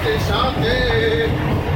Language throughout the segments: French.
chanter.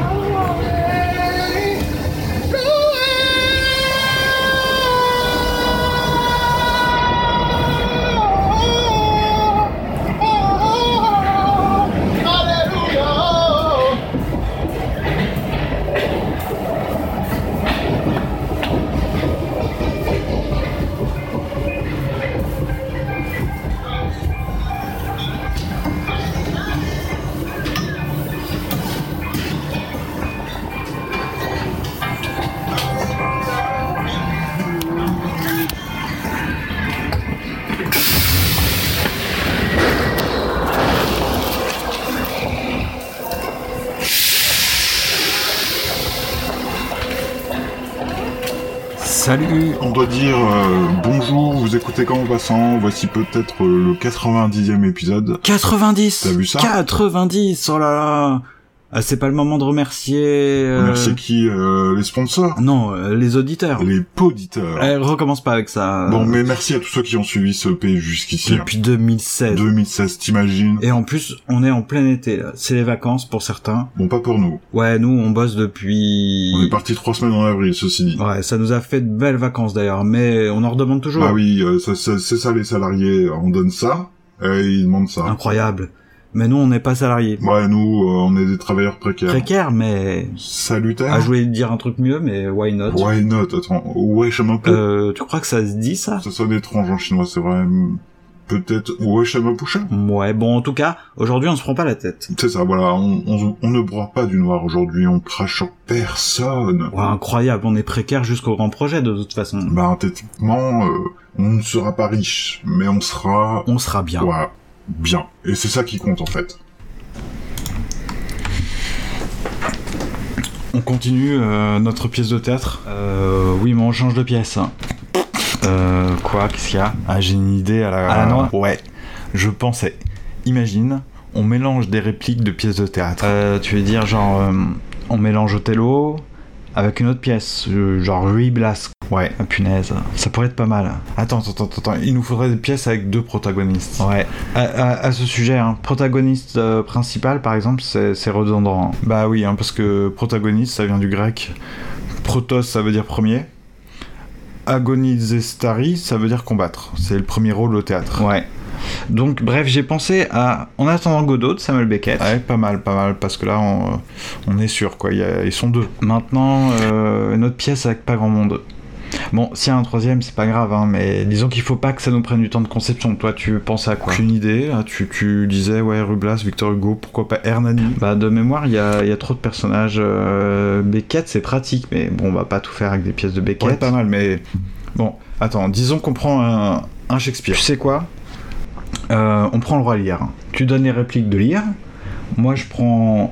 Salut. On doit dire bonjour, vous écoutez Quand Passant, voici peut-être le 90e épisode. 90. T'as vu ça ? 90, oh là là. Ah, c'est pas le moment de remercier... Remercier qui les sponsors ? Non, les auditeurs. Les poditeurs. Recommence pas avec ça. Bon, mais merci à tous ceux qui ont suivi ce pays jusqu'ici. Depuis 2016. 2016, t'imagines ? Et en plus, on est en plein été, là. C'est les vacances pour certains. Bon, pas pour nous. Ouais, nous, on bosse depuis... On est parti 3 semaines en avril, ceci dit. Ouais, ça nous a fait de belles vacances d'ailleurs, mais on en redemande toujours. Bah oui, c'est ça les salariés, on donne ça, et ils demandent ça. Incroyable. Mais nous, on n'est pas salariés. Ouais, nous, on est des travailleurs précaires. Précaires, mais... Salutaires. Ah, je voulais dire un truc mieux, mais why not ? Why not ? Attends, Weishamapu. Tu crois que ça se dit, ça ? Ça sonne étrange en chinois, c'est vrai. Peut-être Weishamapusha ? Ouais, bon, en tout cas, aujourd'hui, on se prend pas la tête. C'est ça, voilà, on ne broie pas du noir aujourd'hui, on crache sur personne. Ouais, incroyable, on est précaire jusqu'au grand projet, de toute façon. Bah, techniquement, on ne sera pas riche, mais on sera... On sera bien. Ouais, bien. Et c'est ça qui compte, en fait. On continue notre pièce de théâtre. Oui, mais on change de pièce. Quoi ? Qu'est-ce qu'il y a ? Ah, j'ai une idée à la noix ? Ouais, je pensais. Imagine, on mélange des répliques de pièces de théâtre. Tu veux dire, genre, on mélange Othello avec une autre pièce, genre Ruy Blas. Ouais. Ah, punaise, ça pourrait être pas mal. Attends, il nous faudrait des pièces avec 2 protagonistes. Ouais. À ce sujet, protagoniste principal, par exemple, c'est redondant. Bah oui, parce que protagoniste, ça vient du grec. Protos, ça veut dire premier. Agonizestari, ça veut dire combattre. C'est le premier rôle au théâtre. Ouais. Donc, bref, j'ai pensé à En attendant Godot de Samuel Beckett. Ouais, pas mal, parce que là, on est sûr, quoi. Ils sont 2. Maintenant, une autre pièce avec pas grand monde. Bon, s'il y a un troisième, c'est pas grave, mais disons qu'il faut pas que ça nous prenne du temps de conception. Toi, tu pensais à quoi ? Aucune idée. Tu disais, ouais, Rublas, Victor Hugo, pourquoi pas Hernani ? Bah, de mémoire, il y a trop de personnages. Beckett, c'est pratique, mais bon, on va pas tout faire avec des pièces de Beckett. Ouais, pas mal, mais... Bon, attends, disons qu'on prend un Shakespeare. Tu sais quoi ? On prend le roi Lear. Tu donnes les répliques de Lear. Moi, je prends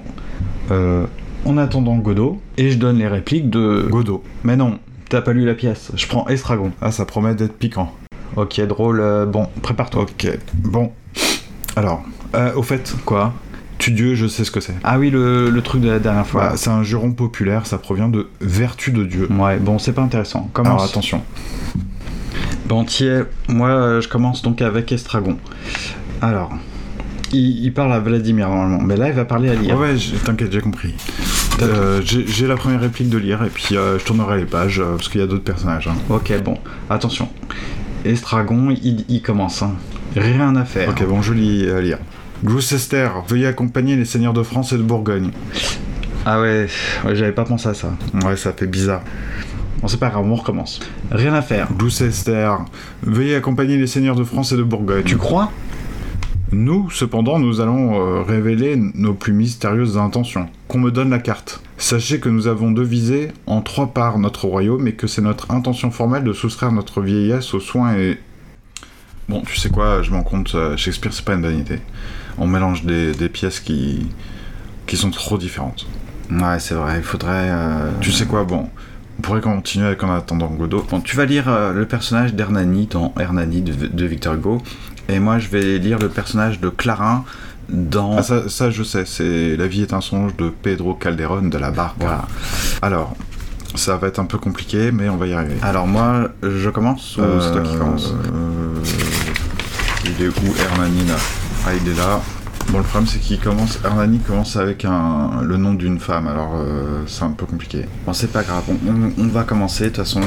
En attendant Godot. Et je donne les répliques de... Godot. Mais non, t'as pas lu la pièce. Je prends Estragon. Ah, ça promet d'être piquant. Ok, drôle. Bon, prépare-toi. Ok, bon. Alors, au fait... Quoi ? Tudieu, je sais ce que c'est. Ah oui, le truc de la dernière fois. Bah, c'est un juron populaire, ça provient de vertu de Dieu. Ouais, bon, c'est pas intéressant. Commence. Alors, attention. Bon, moi, je commence donc avec Estragon. Alors, il parle à Vladimir, normalement. Mais là, il va parler à Lear. Ouais, t'inquiète, j'ai compris. J'ai la première réplique de Lear, et puis je tournerai les pages, parce qu'il y a d'autres personnages. Ok, bon, attention. Estragon, il commence. Rien à faire. Ok, bon, je lis à Lear. Gloucester, veuillez accompagner les seigneurs de France et de Bourgogne. Ah ouais, j'avais pas pensé à ça. Ouais, ça fait bizarre. Bon, c'est pas grave, on recommence. Rien à faire. Gloucester, veuillez accompagner les seigneurs de France et de Bourgogne. Tu crois ? Nous, cependant, nous allons révéler nos plus mystérieuses intentions. Qu'on me donne la carte. Sachez que nous avons devisé en 3 parts notre royaume et que c'est notre intention formelle de soustraire notre vieillesse aux soins et... Bon, tu sais quoi, je m'en compte, Shakespeare, c'est pas une bonne idée. On mélange des pièces qui sont trop différentes. Ouais, c'est vrai, il faudrait... Tu sais quoi, bon, on pourrait continuer avec En attendant Godot. Bon, tu vas lire le personnage d'Hernani dans Hernani de Victor Hugo, et moi je vais lire le personnage de Clarin dans... Ah, ça je sais, c'est La vie est un songe de Pedro Calderón de la Barca. Voilà. Alors, ça va être un peu compliqué, mais on va y arriver. Alors moi, je commence ou c'est toi qui commence. Il est où Hernani là ? Ah, il est là. Bon, le problème c'est qu'il commence... Hernani commence avec le nom d'une femme, alors c'est un peu compliqué. Bon, c'est pas grave, on va commencer, de toute façon,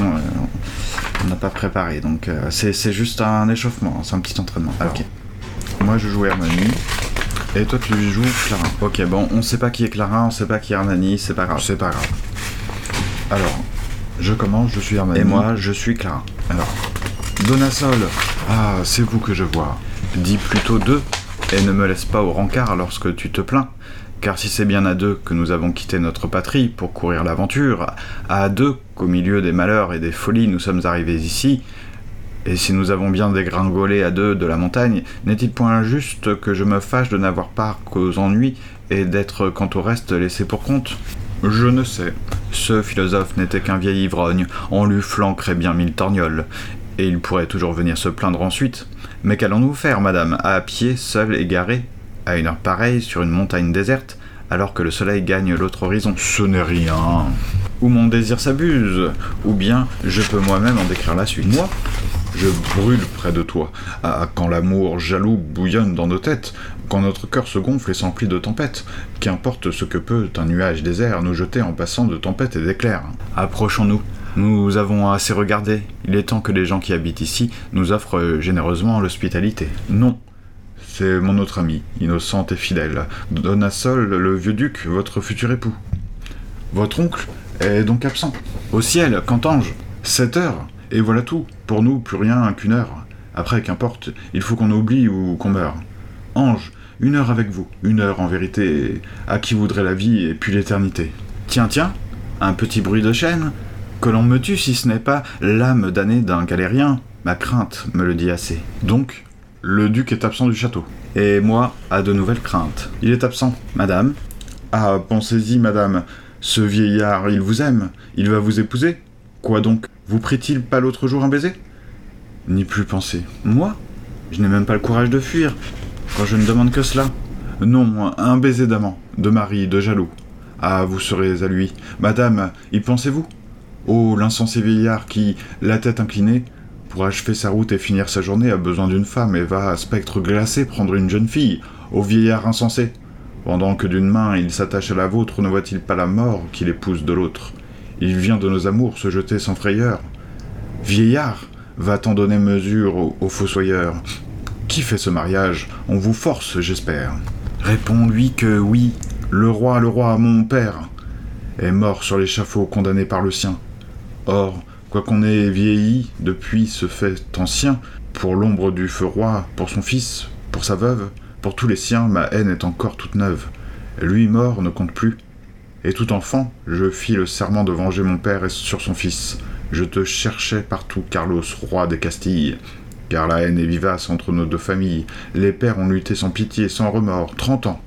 on n'a pas préparé, donc c'est juste un échauffement, c'est un petit entraînement. Ah, ok. Moi je joue Hernani, et toi tu joues Clarin. Ok, bon, on sait pas qui est Clarin, on sait pas qui est Hernani, c'est pas grave. C'est pas grave. Alors, je commence, je suis Hernani. Et moi, je suis Clarin. Alors, Donasol, ah, c'est vous que je vois. Dis plutôt deux, et ne me laisse pas au rencard lorsque tu te plains. Car si c'est bien à deux que nous avons quitté notre patrie pour courir l'aventure, à deux qu'au milieu des malheurs et des folies nous sommes arrivés ici, et si nous avons bien dégringolé à deux de la montagne, n'est-il point injuste que je me fâche de n'avoir part qu'aux ennuis et d'être quant au reste laissé pour compte ? Je ne sais. Ce philosophe n'était qu'un vieil ivrogne, on lui flanquerait bien 1000 torgnoles, et il pourrait toujours venir se plaindre ensuite. Mais qu'allons-nous faire, madame, à pied, seul, égaré, à une heure pareille, sur une montagne déserte, alors que le soleil gagne l'autre horizon ? Ce n'est rien. Ou mon désir s'abuse, ou bien je peux moi-même en décrire la suite. Moi ? Je brûle près de toi. Ah, quand l'amour jaloux bouillonne dans nos têtes, quand notre cœur se gonfle et s'emplit de tempêtes, qu'importe ce que peut un nuage désert nous jeter en passant de tempêtes et d'éclairs. Approchons-nous. Nous avons assez regardé. Il est temps que les gens qui habitent ici nous offrent généreusement l'hospitalité. Non. C'est mon autre ami, innocente et fidèle, Donasol, le vieux duc, votre futur époux. Votre oncle est donc absent. Au ciel, qu'entends-je ? 7 heures. Et voilà tout. Pour nous, plus rien qu'une heure. Après, qu'importe, il faut qu'on oublie ou qu'on meure. Ange, 1 heure avec vous. 1 heure, en vérité, à qui voudrait la vie et puis l'éternité. Tiens, un petit bruit de chaîne. Que l'on me tue si ce n'est pas l'âme damnée d'un galérien. Ma crainte me le dit assez. Donc, le duc est absent du château. Et moi, à de nouvelles craintes. Il est absent, madame. Ah, pensez-y, madame. Ce vieillard, il vous aime. Il va vous épouser. Quoi donc ? Vous prit-il pas l'autre jour un baiser ? N'y plus penser. Moi ? Je n'ai même pas le courage de fuir, quand je ne demande que cela. Non, un baiser d'amant, de mari, de jaloux. Ah, vous serez à lui. Madame, y pensez-vous ? Oh, l'insensé vieillard qui, la tête inclinée, pour achever sa route et finir sa journée, a besoin d'une femme et va, spectre glacé, prendre une jeune fille. Ô vieillard insensé ! Pendant que d'une main il s'attache à la vôtre, ne voit-il pas la mort qui l'épouse de l'autre ? Il vient de nos amours se jeter sans frayeur. Vieillard, va-t-on donner mesure au fossoyeur ? Qui fait ce mariage ? On vous force, j'espère. Réponds-lui que oui, le roi, mon père, est mort sur l'échafaud condamné par le sien. Or, quoiqu'on ait vieilli depuis ce fait ancien, pour l'ombre du feu roi, pour son fils, pour sa veuve, pour tous les siens, ma haine est encore toute neuve. Lui mort ne compte plus. Et tout enfant, je fis le serment de venger mon père et sur son fils. Je te cherchais partout, Carlos, roi des Castilles. Car la haine est vivace entre nos deux familles. Les pères ont lutté sans pitié, sans remords, 30 ans.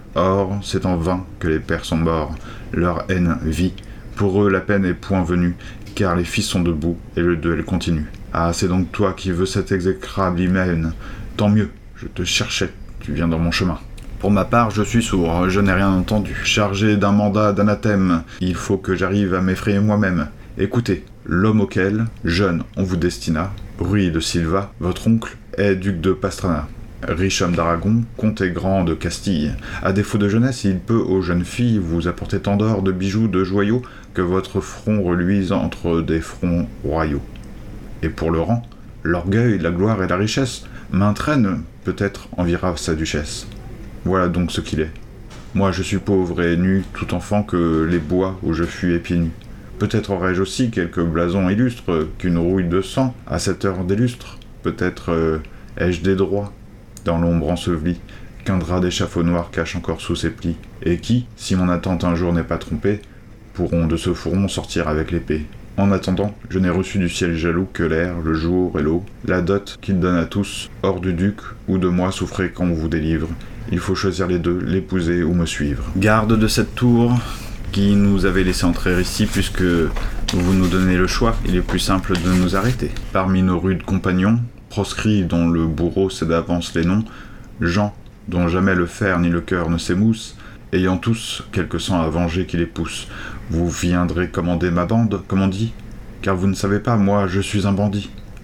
Or, c'est en vain que les pères sont morts. Leur haine vit. Pour eux, la peine est point venue, car les fils sont debout et le duel continue. Ah, c'est donc toi qui veux cette exécrable hymen. Tant mieux, je te cherchais, tu viens dans mon chemin. Pour ma part, je suis sourd, je n'ai rien entendu. Chargé d'un mandat d'anathème, il faut que j'arrive à m'effrayer moi-même. Écoutez, l'homme auquel, jeune, on vous destina, Rui de Silva, votre oncle, est duc de Pastrana. Riche homme d'Aragon, comte et grand de Castille. À défaut de jeunesse, il peut aux jeunes filles vous apporter tant d'or, de bijoux, de joyaux, que votre front reluise entre des fronts royaux. Et pour le rang, l'orgueil, la gloire et la richesse, m'entraînent, peut-être enviera sa duchesse. Voilà donc ce qu'il est. Moi je suis pauvre et nu, tout enfant que les bois où je fuis pieds nus. Peut-être aurais-je aussi quelques blasons illustres, qu'une rouille de sang à cette heure d'illustre. Peut-être ai-je des droits, dans l'ombre ensevelie, qu'un drap d'échafaud noir cache encore sous ses plis, et qui, si mon attente un jour n'est pas trompée, pourront de ce fourron sortir avec l'épée. En attendant, je n'ai reçu du ciel jaloux que l'air, le jour et l'eau, la dot qu'il donne à tous, hors du duc, ou de moi souffrez quand on vous délivre. Il faut choisir les deux, l'épouser ou me suivre. Garde de cette tour qui nous avait laissé entrer ici, puisque vous nous donnez le choix, il est plus simple de nous arrêter. Parmi nos rudes compagnons, proscrits dont le bourreau sait d'avance les noms, gens dont jamais le fer ni le cœur ne s'émoussent, ayant tous quelque sang à venger qui les pousse, vous viendrez commander ma bande, comme on dit, car vous ne savez pas, moi je suis un bandit.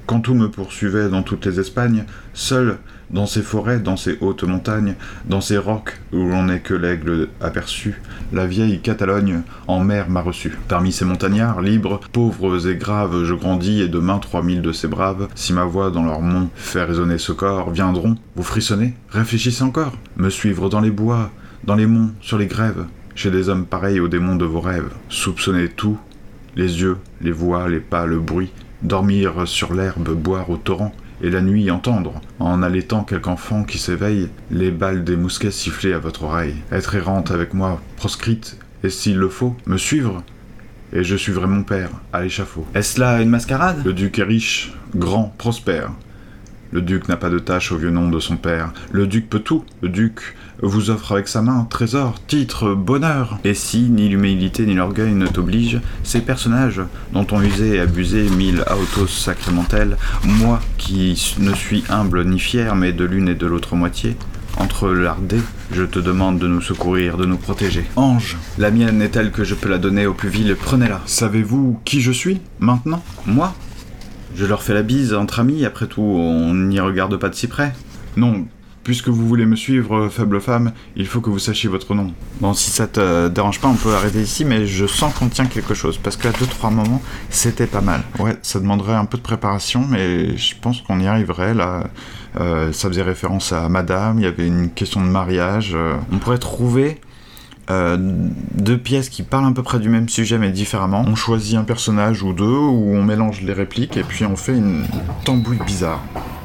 Quand tout me poursuivait dans toutes les Espagnes, seul, dans ces forêts, dans ces hautes montagnes, dans ces rocs où l'on n'est que l'aigle aperçu, la vieille Catalogne en mer m'a reçu. Parmi ces montagnards, libres, pauvres et graves, je grandis, et demain 3000 de ces braves, si ma voix dans leurs monts fait résonner ce corps, viendront, vous frissonnez, réfléchissez encore, me suivre dans les bois, dans les monts, sur les grèves, chez des hommes pareils aux démons de vos rêves, soupçonnez tout, les yeux, les voix, les pas, le bruit, dormir sur l'herbe, boire au torrent, et la nuit entendre, en allaitant quelque enfant qui s'éveille, les balles des mousquets siffler à votre oreille. Être errante avec moi, proscrite, et s'il le faut, me suivre, et je suivrai mon père, à l'échafaud. Est-ce là une mascarade ? Le duc est riche, grand, prospère. Le duc n'a pas de tache au vieux nom de son père. Le duc peut tout. Le duc vous offre avec sa main trésor, titre, bonheur. Et si ni l'humilité ni l'orgueil ne t'obligent, ces personnages dont on usé et abusé mille autos sacramentels, moi qui ne suis humble ni fier, mais de l'une et de l'autre moitié, entre lardés, je te demande de nous secourir, de nous protéger. Ange, la mienne est telle que je peux la donner aux plus vils, prenez-la. Savez-vous qui je suis, maintenant ? Moi ? Je leur fais la bise entre amis, après tout, on n'y regarde pas de si près. Non, puisque vous voulez me suivre, faible femme, il faut que vous sachiez votre nom. Bon, si ça te dérange pas, on peut arrêter ici, mais je sens qu'on tient quelque chose, parce qu'à 2-3 moments, c'était pas mal. Ouais, ça demanderait un peu de préparation, mais je pense qu'on y arriverait, là. Ça faisait référence à Madame, il y avait une question de mariage. On pourrait trouver... deux pièces qui parlent à peu près du même sujet mais différemment. On choisit un personnage ou deux, ou on mélange les répliques et puis on fait une tambouille bizarre.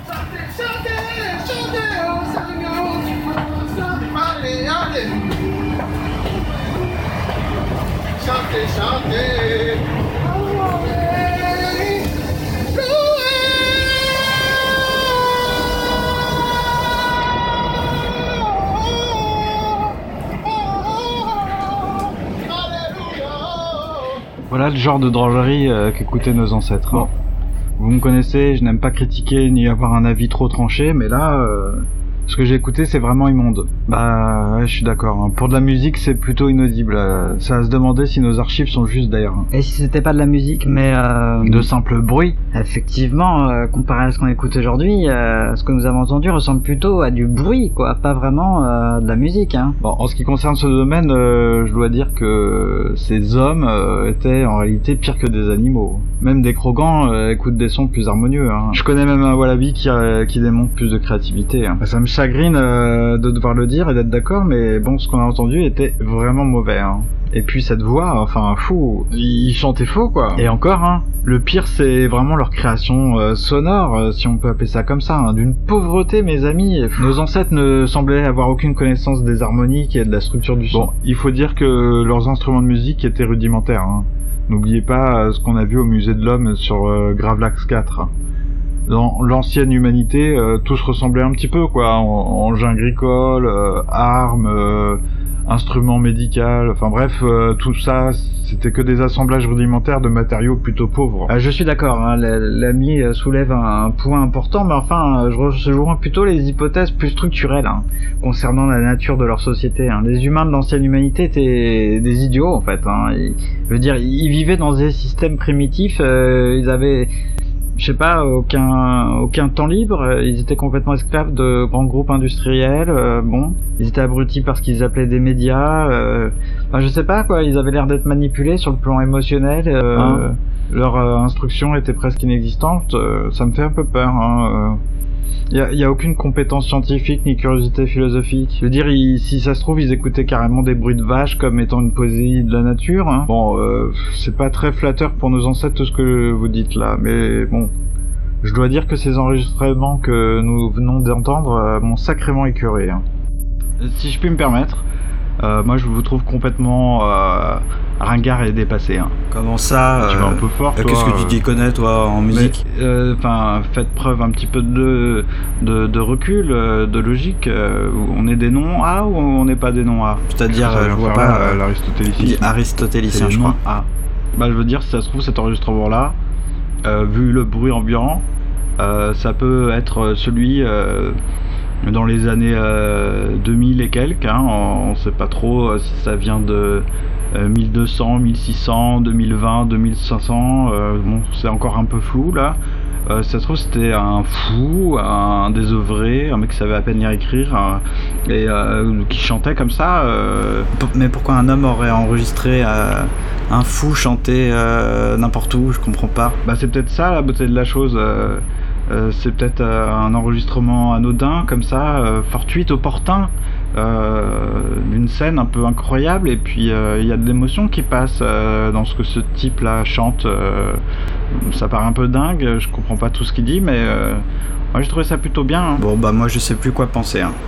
Voilà le genre de drôlerie qu'écoutaient nos ancêtres. Bon. Vous me connaissez, je n'aime pas critiquer ni avoir un avis trop tranché, mais là, ce que j'ai écouté, c'est vraiment immonde. Bah, ouais, je suis d'accord. Hein. Pour de la musique, c'est plutôt inaudible. Ça va se demander si nos archives sont justes d'ailleurs. Et si c'était pas de la musique, mais de simples bruits. Effectivement, comparé à ce qu'on écoute aujourd'hui, ce que nous avons entendu ressemble plutôt à du bruit, quoi, pas vraiment de la musique. Hein. Bon, en ce qui concerne ce domaine, je dois dire que ces hommes étaient en réalité pires que des animaux. Même des Krogans écoutent des sons plus harmonieux. Hein. Je connais même un Wallaby qui démontre plus de créativité. Hein. Ça me chagrine de devoir le dire et d'être d'accord, mais bon, ce qu'on a entendu était vraiment mauvais. Hein. Et puis cette voix, enfin fou, ils chantaient faux quoi. Et encore, hein, le pire c'est vraiment leur création sonore, si on peut appeler ça comme ça, hein, d'une pauvreté mes amis. Nos ancêtres ne semblaient avoir aucune connaissance des harmoniques et de la structure du son. Bon, il faut dire que leurs instruments de musique étaient rudimentaires. Hein. N'oubliez pas ce qu'on a vu au musée de l'homme sur Gravelax 4. Dans l'ancienne humanité, tous ressemblaient un petit peu quoi, engins agricoles, armes, instruments médicaux, enfin bref, tout ça, c'était que des assemblages rudimentaires de matériaux plutôt pauvres. Je suis d'accord, hein, l'ami soulève un point important, mais enfin, je rejoins plutôt les hypothèses plus structurelles hein, concernant la nature de leur société. Hein. Les humains de l'ancienne humanité étaient des idiots en fait. Hein. Je veux dire, ils vivaient dans des systèmes primitifs, ils avaient... je sais pas, aucun temps libre, ils étaient complètement esclaves de grands groupes industriels, bon, ils étaient abrutis par ce qu'ils appelaient des médias, enfin je sais pas quoi, ils avaient l'air d'être manipulés sur le plan émotionnel, leur instruction était presque inexistante, ça me fait un peu peur, hein, y a aucune compétence scientifique ni curiosité philosophique. Je veux dire, si ça se trouve, ils écoutaient carrément des bruits de vaches comme étant une poésie de la nature. Hein. Bon, c'est pas très flatteur pour nos ancêtres tout ce que vous dites là, mais bon, je dois dire que ces enregistrements que nous venons d'entendre m'ont sacrément écœuré. Hein. Si je puis me permettre, moi je vous trouve complètement ringard et dépassé. Hein. Comment ça Tu vas un peu fort, toi. Qu'est-ce que tu t'y connais, toi, en musique ? Enfin, faites preuve un petit peu de recul, de logique. On est des noms A ou on n'est pas des noms A ? C'est-à-dire, je vois pas... Aristotélicien, je crois. A. Bah, je veux dire, si ça se trouve, cet enregistrement-là, vu le bruit ambiant, ça peut être celui... dans les années 2000 et quelques, hein, on sait pas trop si ça vient de 1200, 1600, 2020, 2500, bon, c'est encore un peu flou là. Ça se trouve c'était un fou, un désœuvré, un mec qui savait à peine lire écrire et qui chantait comme ça. Mais pourquoi un homme aurait enregistré un fou chanter n'importe où? Je comprends pas. Bah c'est peut-être ça la beauté de la chose. C'est peut-être un enregistrement anodin comme ça, fortuit, opportun, d'une scène un peu incroyable, et puis il y a de l'émotion qui passe dans ce que ce type-là chante. Ça paraît un peu dingue, je comprends pas tout ce qu'il dit, mais moi j'ai trouvé ça plutôt bien. Hein. Bon bah moi je sais plus quoi penser. Hein.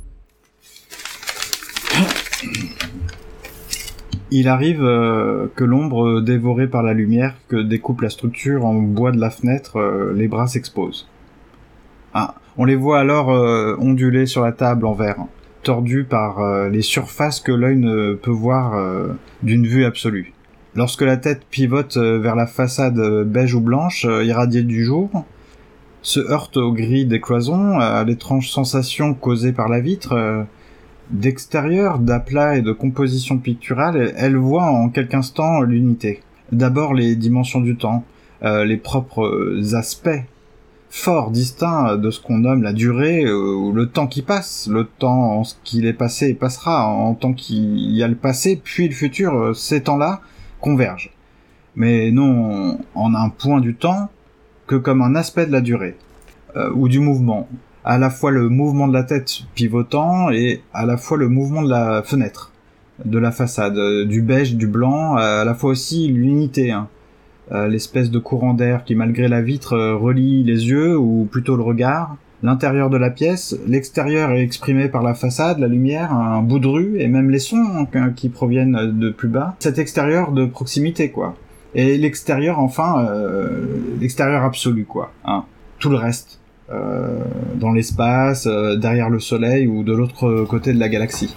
Il arrive que l'ombre dévorée par la lumière que découpe la structure en bois de la fenêtre, les bras s'exposent. Ah, on les voit alors onduler sur la table en verre, tordus par les surfaces que l'œil ne peut voir d'une vue absolue. Lorsque la tête pivote vers la façade beige ou blanche, irradiée du jour, se heurte au gris des cloisons, à l'étrange sensation causée par la vitre, d'extérieur, d'aplat et de composition picturale, elle voit en quelques instants l'unité. D'abord les dimensions du temps, les propres aspects forts, distincts de ce qu'on nomme la durée, ou le temps qui passe, le temps en ce qu'il est passé et passera, en tant qu'il y a le passé, puis le futur, ces temps-là convergent. Mais non en un point du temps, que comme un aspect de la durée, ou du mouvement. À la fois le mouvement de la tête pivotant et à la fois le mouvement de la fenêtre, de la façade, du beige, du blanc, à la fois aussi l'unité, hein. L'espèce de courant d'air qui malgré la vitre relie les yeux, ou plutôt le regard, l'intérieur de la pièce, l'extérieur est exprimé par la façade, la lumière, un bout de rue, et même les sons qui proviennent de plus bas. Cet extérieur de proximité, quoi. Et l'extérieur, enfin, l'extérieur absolu, quoi. Hein. Tout le reste. Dans l'espace, derrière le soleil ou de l'autre côté de la galaxie.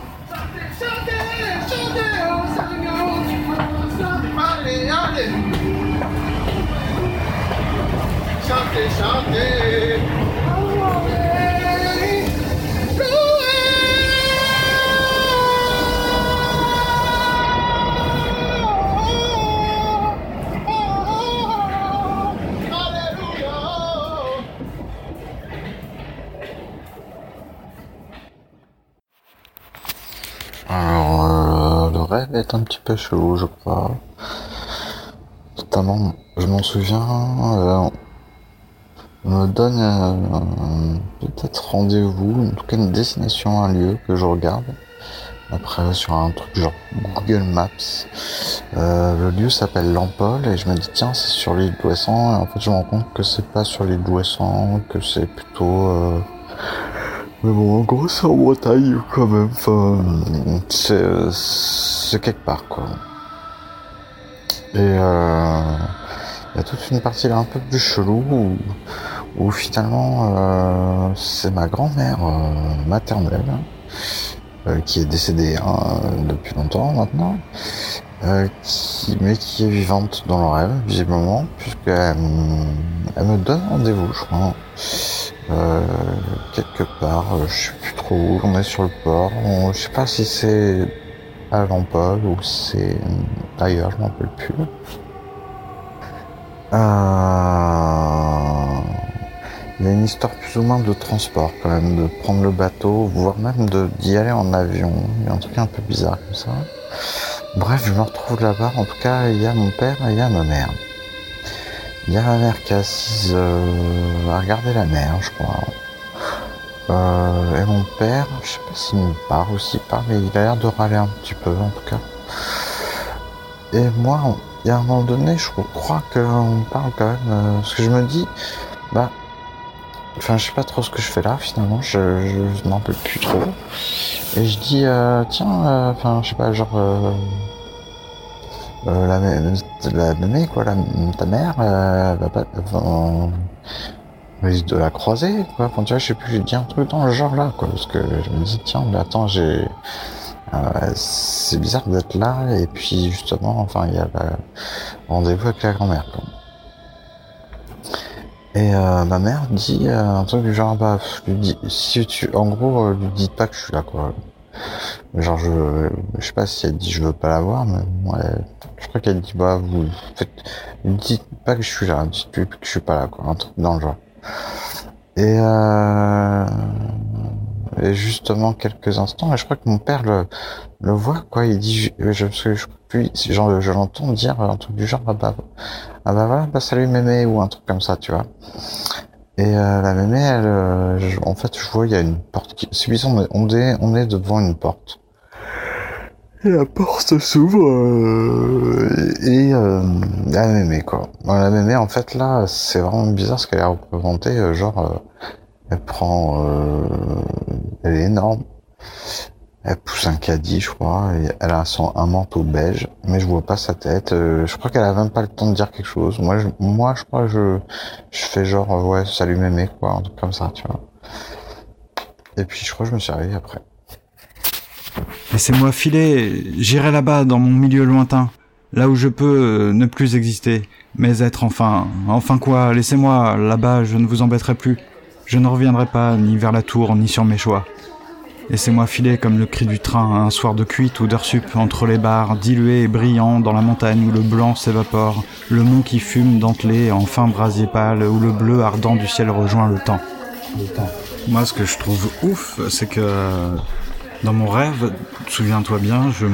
Alors, le rêve est un petit peu chelou, je crois. Notamment, je m'en souviens, on me donne peut-être rendez-vous, en tout cas une destination, un lieu que je regarde. Après, sur un truc genre Google Maps, le lieu s'appelle Lampol et je me dis tiens, c'est sur l'île d'Ouessant. Et en fait, je me rends compte que c'est pas sur l'île d'Ouessant, que c'est plutôt... Mais bon, en gros, c'est en Bretagne, quand même. Enfin, c'est quelque part, quoi. Et il y a toute une partie là un peu plus chelou où finalement c'est ma grand-mère maternelle qui est décédée depuis longtemps maintenant, mais qui est vivante dans le rêve, visiblement, puisqu'elle me donne rendez-vous, je crois. Quelque part, je sais plus trop où, on est sur le port, je sais pas si c'est à Lampol ou c'est ailleurs, je m'en rappelle plus. Il y a une histoire plus ou moins de transport quand même, de prendre le bateau, voire même d'y aller en avion, il y a un truc un peu bizarre comme ça. Bref, je me retrouve là-bas, en tout cas il y a mon père et il y a ma mère. Il y a ma mère qui est assise à regarder la mer, je crois. Et mon père, je sais pas s'il me parle ou s'il parle, mais il a l'air de râler un petit peu en tout cas. Et moi, il y a un moment donné, je crois qu'on me parle quand même, parce que je me dis, enfin je sais pas trop ce que je fais là finalement, je m'en rappelle plus trop. Et je dis, tiens, enfin je sais pas, genre... la mémé, quoi, ta mère, va pas, risque de la croiser, quoi. Enfin, tu vois, je sais plus, j'ai dit un truc dans le genre là, quoi, parce que je me dis, tiens, mais attends, c'est bizarre d'être là, et puis justement, enfin, il y a le rendez-vous avec la grand-mère, quoi. Et ma mère dit un truc du genre, lui dis, en gros, lui dites pas que je suis là, quoi. Genre, je sais pas si elle dit je veux pas la voir, mais ouais, je crois qu'elle dit bah vous faites, dites pas que je suis là, dites plus que je suis pas là, quoi, un truc dans le genre. Et justement quelques instants, et je crois que mon père le voit, quoi, il dit je l'entends dire un truc du genre ah bah voilà, bah salut mémé ou un truc comme ça, tu vois. Et la mémé, elle, en fait, je vois il y a une porte qui, c'est bizarre, on est devant une porte. Et la porte s'ouvre la mémé, quoi. Bon, la mémé, en fait, là, c'est vraiment bizarre ce qu'elle est représentée, elle prend, elle est énorme. Elle pousse un caddie, je crois, et elle a un manteau beige, mais je vois pas sa tête. Je crois qu'elle a même pas le temps de dire quelque chose. Moi, je crois que je fais genre, ouais, salut mémé, quoi, un truc comme ça, tu vois. Et puis, je crois que je me suis réveillé après. Laissez-moi filer, j'irai là-bas, dans mon milieu lointain, là où je peux ne plus exister, mais être enfin quoi, laissez-moi, là-bas, je ne vous embêterai plus. Je ne reviendrai pas, ni vers la tour, ni sur mes choix. Laissez-moi filer comme le cri du train, un soir de cuite ou d'heure sup, entre les bars, dilués et brillants, dans la montagne où le blanc s'évapore, le mont qui fume, dentelé, en fin brasier pâle, où le bleu ardent du ciel rejoint le temps. Moi, ce que je trouve ouf, c'est que dans mon rêve, souviens-toi bien, je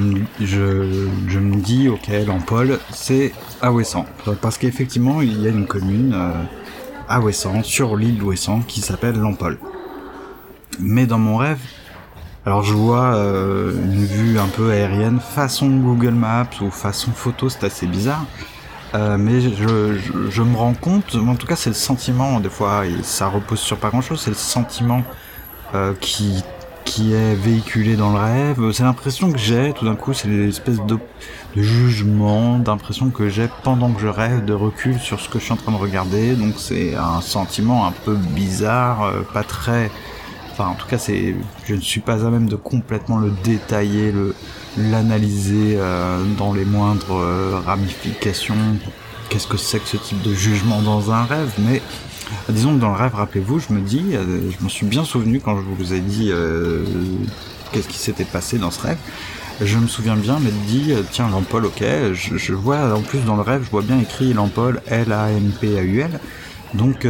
me dis, ok, Lampol, c'est à Ouessant. Parce qu'effectivement, il y a une commune à Ouessant, sur l'île d'Ouessant, qui s'appelle Lampol. Mais dans mon rêve, alors je vois une vue un peu aérienne, façon Google Maps ou façon photo, c'est assez bizarre. Mais je me rends compte, en tout cas c'est le sentiment, des fois, et ça repose sur pas grand-chose, c'est le sentiment qui est véhiculé dans le rêve. C'est l'impression que j'ai, tout d'un coup, c'est l'espèce de jugement, d'impression que j'ai pendant que je rêve, de recul sur ce que je suis en train de regarder. Donc c'est un sentiment un peu bizarre, pas très... Enfin, en tout cas, je ne suis pas à même de complètement le détailler, l'analyser dans les moindres ramifications. Qu'est-ce que c'est que ce type de jugement dans un rêve? Mais disons que dans le rêve, rappelez-vous, je me suis bien souvenu quand je vous ai dit qu'est-ce qui s'était passé dans ce rêve. Je me souviens bien m'être dit, tiens, Lampol, ok, je vois, en plus dans le rêve, je vois bien écrit Lampol, L-A-M-P-A-U-L. Donc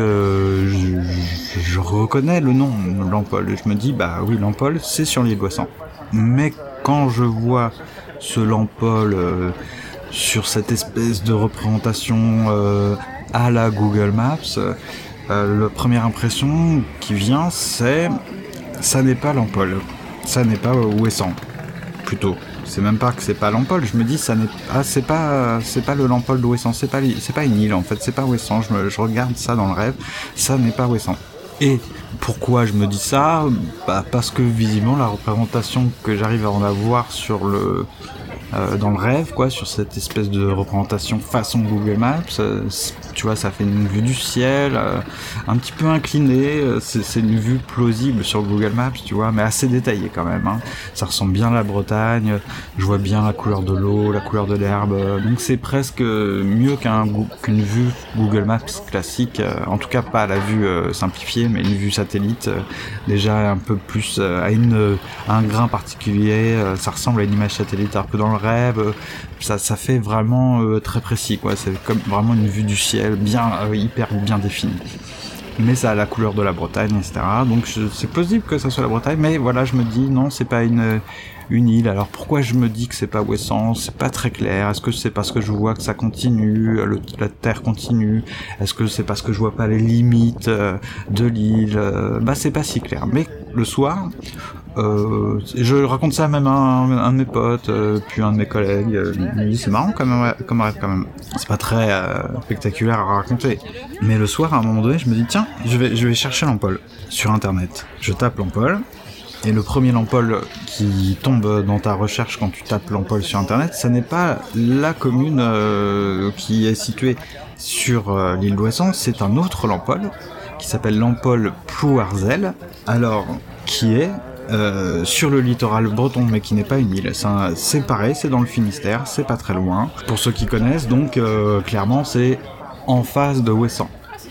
je reconnais le nom Lampol. Je me dis bah oui, Lampol c'est sur l'île d'Ouessant. Mais quand je vois ce Lampol sur cette espèce de représentation à la Google Maps, la première impression qui vient c'est ça n'est pas Lampol, ça n'est pas Ouessant plutôt. C'est même pas que c'est pas Lampol, je me dis ça n'est c'est pas le Lampol d'Ouessant, c'est pas une île en fait, c'est pas Ouessant, je regarde ça dans le rêve, ça n'est pas Ouessant. Et pourquoi je me dis ça? Bah parce que visiblement la représentation que j'arrive à en avoir dans le rêve, quoi, sur cette espèce de représentation façon Google Maps, tu vois, ça fait une vue du ciel, un petit peu inclinée, c'est une vue plausible sur Google Maps, tu vois, mais assez détaillée quand même, hein. Ça ressemble bien à la Bretagne, je vois bien la couleur de l'eau, la couleur de l'herbe, donc c'est presque mieux qu'une vue Google Maps classique, en tout cas pas la vue simplifiée, mais une vue satellite, déjà un peu plus à un grain particulier, ça ressemble à une image satellite un peu dans le rêve, ça fait vraiment très précis, quoi. C'est comme vraiment une vue du ciel bien hyper bien définie. Mais ça a la couleur de la Bretagne, etc. Donc c'est plausible que ça soit la Bretagne, mais voilà, je me dis non, c'est pas une île. Alors pourquoi je me dis que c'est pas Ouessant? C'est pas très clair. Est-ce que c'est parce que je vois que ça continue, la terre continue? Est-ce que c'est parce que je vois pas les limites de l'île? Bah c'est pas si clair. Mais le soir, je raconte ça même à un de mes potes, puis un de mes collègues, il me dit c'est marrant comme rêve quand même. C'est pas très spectaculaire à raconter. Mais le soir, à un moment donné, je me dis tiens, je vais chercher Lampol sur internet. Je tape Lampol, et le premier Lampol qui tombe dans ta recherche quand tu tapes Lampol sur internet, ça n'est pas la commune qui est située sur l'île d'Ouessant, c'est un autre Lampol qui s'appelle Lampol Plouarzel, alors qui est sur le littoral breton, mais qui n'est pas une île. C'est pareil, c'est dans le Finistère, c'est pas très loin. Pour ceux qui connaissent, donc clairement c'est en face de Ouessant.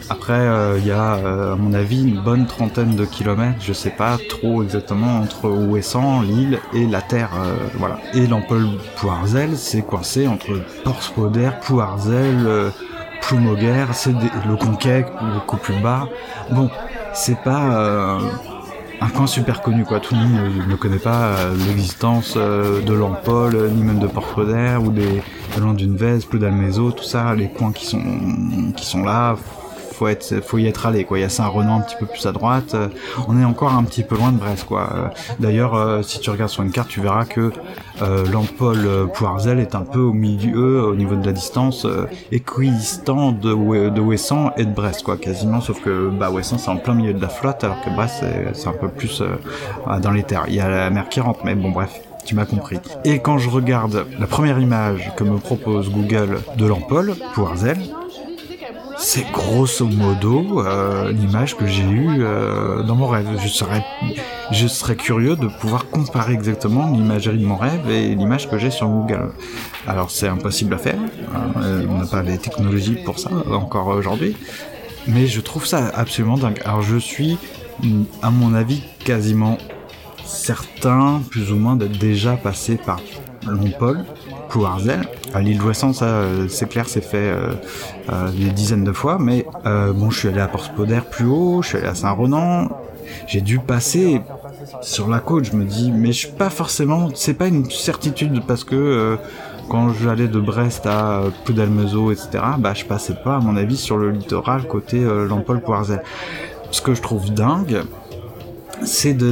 Après, il y a, à mon avis, une bonne trentaine de kilomètres, je sais pas trop exactement, entre Ouessant, l'île et la Terre, voilà. Et l'Empole Pouarzel, c'est coincé entre Porspoder, Pouarzel, Ploumoguer, c'est le Conquet, beaucoup plus bas. Bon, c'est pas un coin super connu, quoi. Tout le monde ne connaît pas l'existence de l'Empole, ni même de Porspoder, ou de Landunvez, Ploudalmézeau, tout ça, les coins qui sont là. Faut y être allé, quoi. Il y a Saint-Renan un petit peu plus à droite. On est encore un petit peu loin de Brest, quoi. D'ailleurs, si tu regardes sur une carte, tu verras que l'Empole Pouarzel est un peu au milieu, au niveau de la distance, équidistant de Ouessant et de Brest, quoi, quasiment. Sauf que Ouessant, c'est en plein milieu de la flotte, alors que Brest, c'est un peu plus dans les terres. Il y a la mer qui rentre, mais bon, bref. Tu m'as compris. Et quand je regarde la première image que me propose Google de l'Empole Pouarzel, c'est grosso modo l'image que j'ai eue dans mon rêve. Je serais curieux de pouvoir comparer exactement l'imagerie de mon rêve et l'image que j'ai sur Google. Alors c'est impossible à faire, on n'a pas les technologies pour ça encore aujourd'hui, mais je trouve ça absolument dingue. Alors je suis, à mon avis, quasiment certain, plus ou moins, d'être déjà passé par l'Empole Pouarzel. À l'île d'Ouessant, ça, c'est clair, c'est fait des dizaines de fois, mais bon, je suis allé à Porspoder plus haut, je suis allé à Saint-Renan, j'ai dû passer sur la côte, je me dis, mais je suis pas forcément, c'est pas une certitude, parce que quand j'allais de Brest à Ploudalmézeau, etc., je passais pas, à mon avis, sur le littoral côté l'Empole Pouarzel. Ce que je trouve dingue, c'est de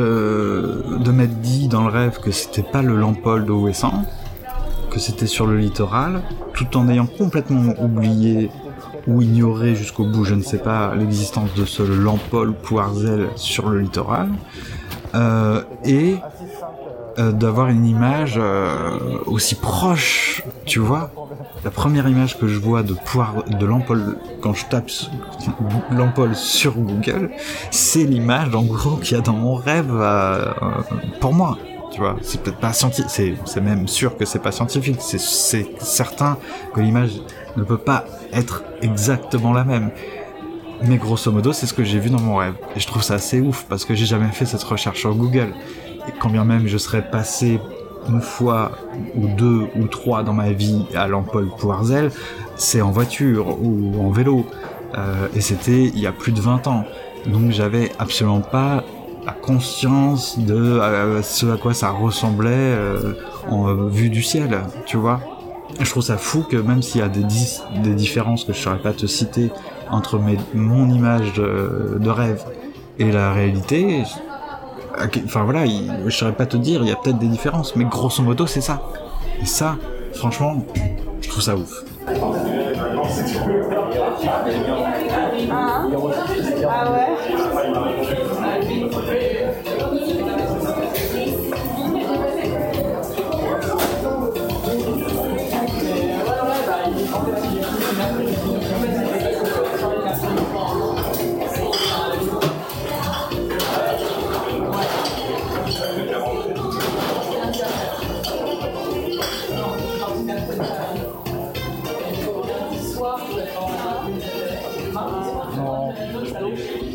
m'être dit dans le rêve que c'était pas le l'Empole de Ouessant, que c'était sur le littoral, tout en ayant complètement oublié ou ignoré jusqu'au bout, je ne sais pas, l'existence de ce l'Empole Pouarzel sur le littoral, et d'avoir une image aussi proche, tu vois. La première image que je vois de l'Empole, quand je tape l'Empole sur Google, c'est l'image, en gros, qu'il y a dans mon rêve pour moi. Tu vois, c'est peut-être pas scientifique, c'est même sûr que c'est pas scientifique, c'est certain que l'image ne peut pas être exactement la même. Mais grosso modo, c'est ce que j'ai vu dans mon rêve. Et je trouve ça assez ouf, parce que j'ai jamais fait cette recherche sur Google. Et quand bien même je serais passé une fois, ou deux, ou trois dans ma vie à l'Empole Pouarzel, c'est en voiture, ou en vélo. Et c'était il y a plus de 20 ans. Donc j'avais absolument pas la conscience de ce à quoi ça ressemblait en vue du ciel, tu vois. Je trouve ça fou que même s'il y a des différences que je saurais pas te citer entre mon image de rêve et la réalité, enfin voilà, je saurais pas te dire, il y a peut-être des différences, mais grosso modo c'est ça. Et ça, franchement, je trouve ça ouf. Ah ouais.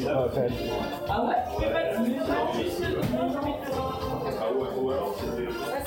Ah ouais.